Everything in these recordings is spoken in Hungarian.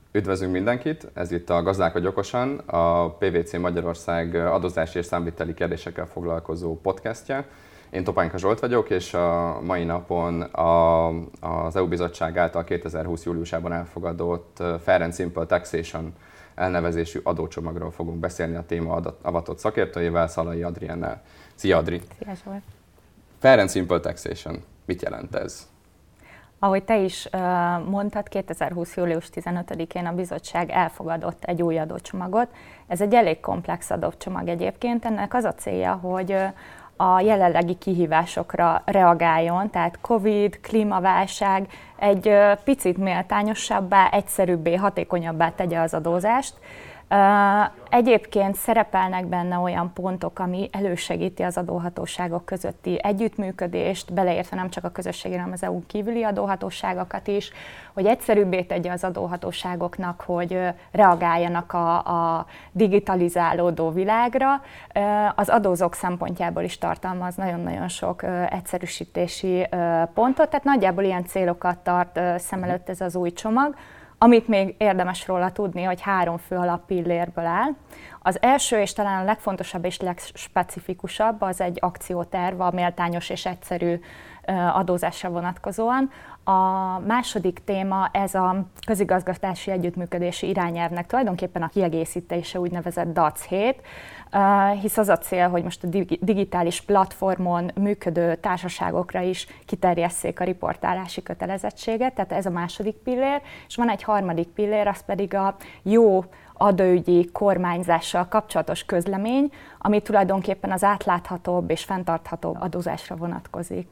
Üdvözlünk mindenkit! Ez itt a Gazdálkodj okosan, a PwC Magyarország adózási és számviteli kérdésekkel foglalkozó podcastja. Én Topánka Zsolt vagyok, és a mai napon az EU Bizottság által 2020. júliusában elfogadott Fair and Simple Taxation elnevezésű adócsomagról fogunk beszélni a téma avatott szakértőjével, Szalai Adriennel. Szia, Adri! Szia, Zsolt! Fair and Simple Taxation. Mit jelent ez? Ahogy te is mondtad, 2020. július 15-én a bizottság elfogadott egy új adócsomagot. Ez egy elég komplex adócsomag egyébként. Ennek az a célja, hogy a jelenlegi kihívásokra reagáljon, tehát Covid, klímaválság egy picit méltányosabbá, egyszerűbbé, hatékonyabbá tegye az adózást. Egyébként szerepelnek benne olyan pontok, ami elősegíti az adóhatóságok közötti együttműködést, beleértve nem csak a közösségi, hanem az EU kívüli adóhatóságokat is, hogy egyszerűbbé tegye az adóhatóságoknak, hogy reagáljanak a digitalizálódó világra. Az adózók szempontjából is tartalmaz nagyon-nagyon sok egyszerűsítési pontot, tehát nagyjából ilyen célokat tart szem előtt ez az új csomag. Amit még érdemes róla tudni, hogy 3 fő alappillérből áll. Az első és talán a legfontosabb és legspecifikusabb az egy akcióterv a méltányos és egyszerű adózásra vonatkozóan. A második téma ez a közigazgatási együttműködési irányelvnek tulajdonképpen a kiegészítése, úgynevezett DAC 7, hisz az a cél, hogy most a digitális platformon működő társaságokra is kiterjesszék a riportálási kötelezettséget, tehát ez a második pillér, és van egy harmadik pillér, az pedig a jó adóügyi kormányzással kapcsolatos közlemény, ami tulajdonképpen az átláthatóbb és fenntarthatóbb adózásra vonatkozik.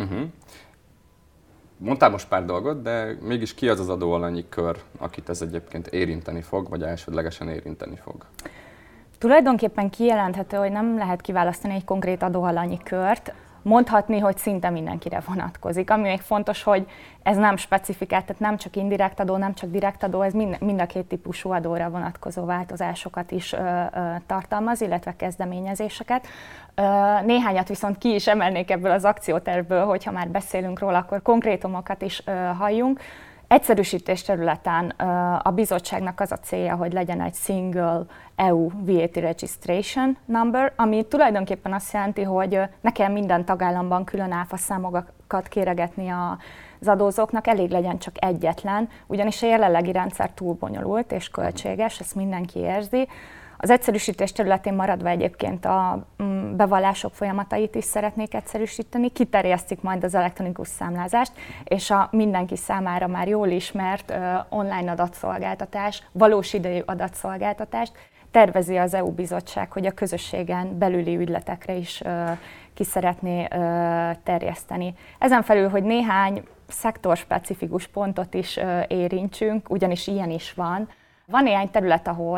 Mondtál most pár dolgot, de mégis ki az az adóalanyi kör, akit ez egyébként érinteni fog, vagy elsődlegesen érinteni fog? Tulajdonképpen kijelenthető, hogy nem lehet kiválasztani egy konkrét adóalanyi kört, mondhatni, hogy szinte mindenkire vonatkozik. Ami még fontos, hogy ez nem specifikált, tehát nem csak indirekt adó, nem csak direkt adó, ez mind a két típusú adóra vonatkozó változásokat is tartalmaz, illetve kezdeményezéseket. Néhányat viszont ki is emelnék ebből az akciótervből, hogyha már beszélünk róla, akkor konkrétumokat is halljunk. Egyszerűsítés területen a bizottságnak az a célja, hogy legyen egy single EU VAT registration number, ami tulajdonképpen azt jelenti, hogy ne kell minden tagállamban külön áfa számokat kéregetni az adózóknak, elég legyen csak egyetlen, ugyanis a jelenlegi rendszer túl bonyolult és költséges, ezt mindenki érzi. Az egyszerűsítés területén maradva egyébként a bevallások folyamatait is szeretnék egyszerűsíteni, kiterjesztik majd az elektronikus számlázást, és a mindenki számára már jól ismert online adatszolgáltatás, valós idejű adatszolgáltatást tervezi az EU Bizottság, hogy a közösségen belüli ügyletekre is ki szeretné terjeszteni. Ezen felül, hogy néhány szektorspecifikus pontot is érintsünk, ugyanis ilyen is van. Van néhány terület, ahol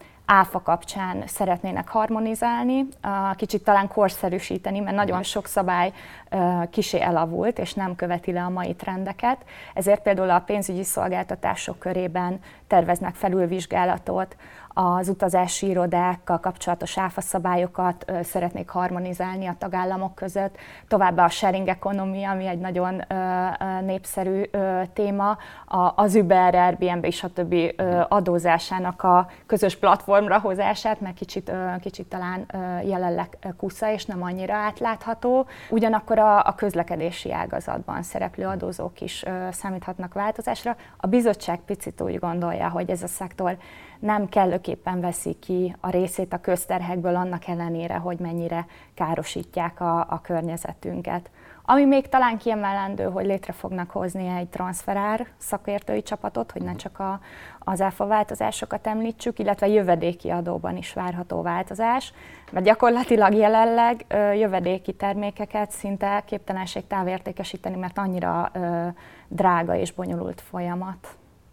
áfa kapcsán szeretnének harmonizálni, kicsit talán korszerűsíteni, mert nagyon sok szabály kissé elavult, és nem követi le a mai trendeket. Ezért például a pénzügyi szolgáltatások körében terveznek felülvizsgálatot, az utazási irodákkal kapcsolatos áfaszabályokat szeretnék harmonizálni a tagállamok között. Továbbá a sharing economy, ami egy nagyon népszerű téma, az Uber, Airbnb, stb. Adózásának a közös platformra hozását, mert kicsit talán jelenleg kusza és nem annyira átlátható. Ugyanakkor a közlekedési ágazatban szereplő adózók is számíthatnak változásra. A bizottság picit úgy gondolja, hogy ez a szektor nem kellőképpen veszi ki a részét a közterhekből, annak ellenére, hogy mennyire károsítják a környezetünket. Ami még talán kiemelendő, hogy létre fognak hozni egy transferár szakértői csapatot, hogy ne csak az áfa változásokat említsük, illetve jövedéki adóban is várható változás, mert gyakorlatilag jelenleg jövedéki termékeket szinte képtelenség távértékesíteni, mert annyira drága és bonyolult folyamat.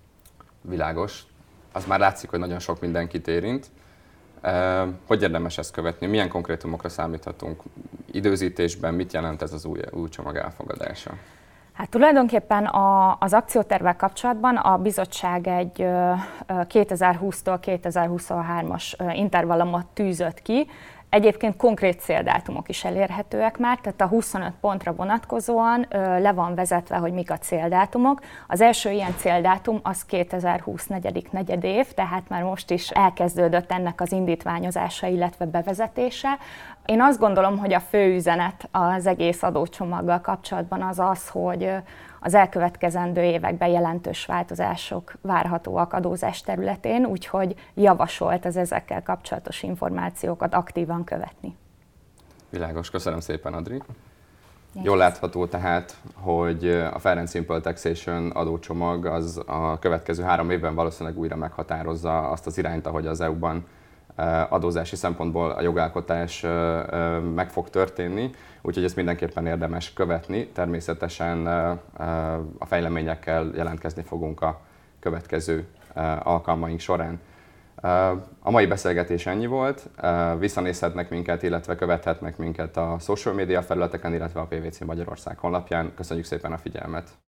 Világos. Az már látszik, hogy nagyon sok mindenkit érint. Hogy érdemes ezt követni? Milyen konkrétumokra számíthatunk? Időzítésben mit jelent ez az új csomag elfogadása? Hát tulajdonképpen az akciótervvel kapcsolatban a bizottság egy 2020-tól 2023-as intervallumot tűzött ki. Egyébként konkrét céldátumok is elérhetőek már, tehát a 25 pontra vonatkozóan le van vezetve, hogy mik a céldátumok. Az első ilyen céldátum az 2020 negyedik negyedév, tehát már most is elkezdődött ennek az indítványozása, illetve bevezetése. Én azt gondolom, hogy a fő üzenet az egész adócsomaggal kapcsolatban az az, hogy az elkövetkezendő években jelentős változások várhatóak adózás területén, úgyhogy javasolt az ezekkel kapcsolatos információkat aktívan követni. Világos, köszönöm szépen, Adri. Jól látható tehát, hogy a Fair and Simple Taxation adócsomag az a következő 3 évben valószínűleg újra meghatározza azt az irányt, ahogy az EU-ban adózási szempontból a jogalkotás meg fog történni, úgyhogy ezt mindenképpen érdemes követni. Természetesen a fejleményekkel jelentkezni fogunk a következő alkalmaink során. A mai beszélgetés ennyi volt, visszanézhetnek minket, illetve követhetnek minket a social media felületeken, illetve a PVC Magyarország honlapján. Köszönjük szépen a figyelmet!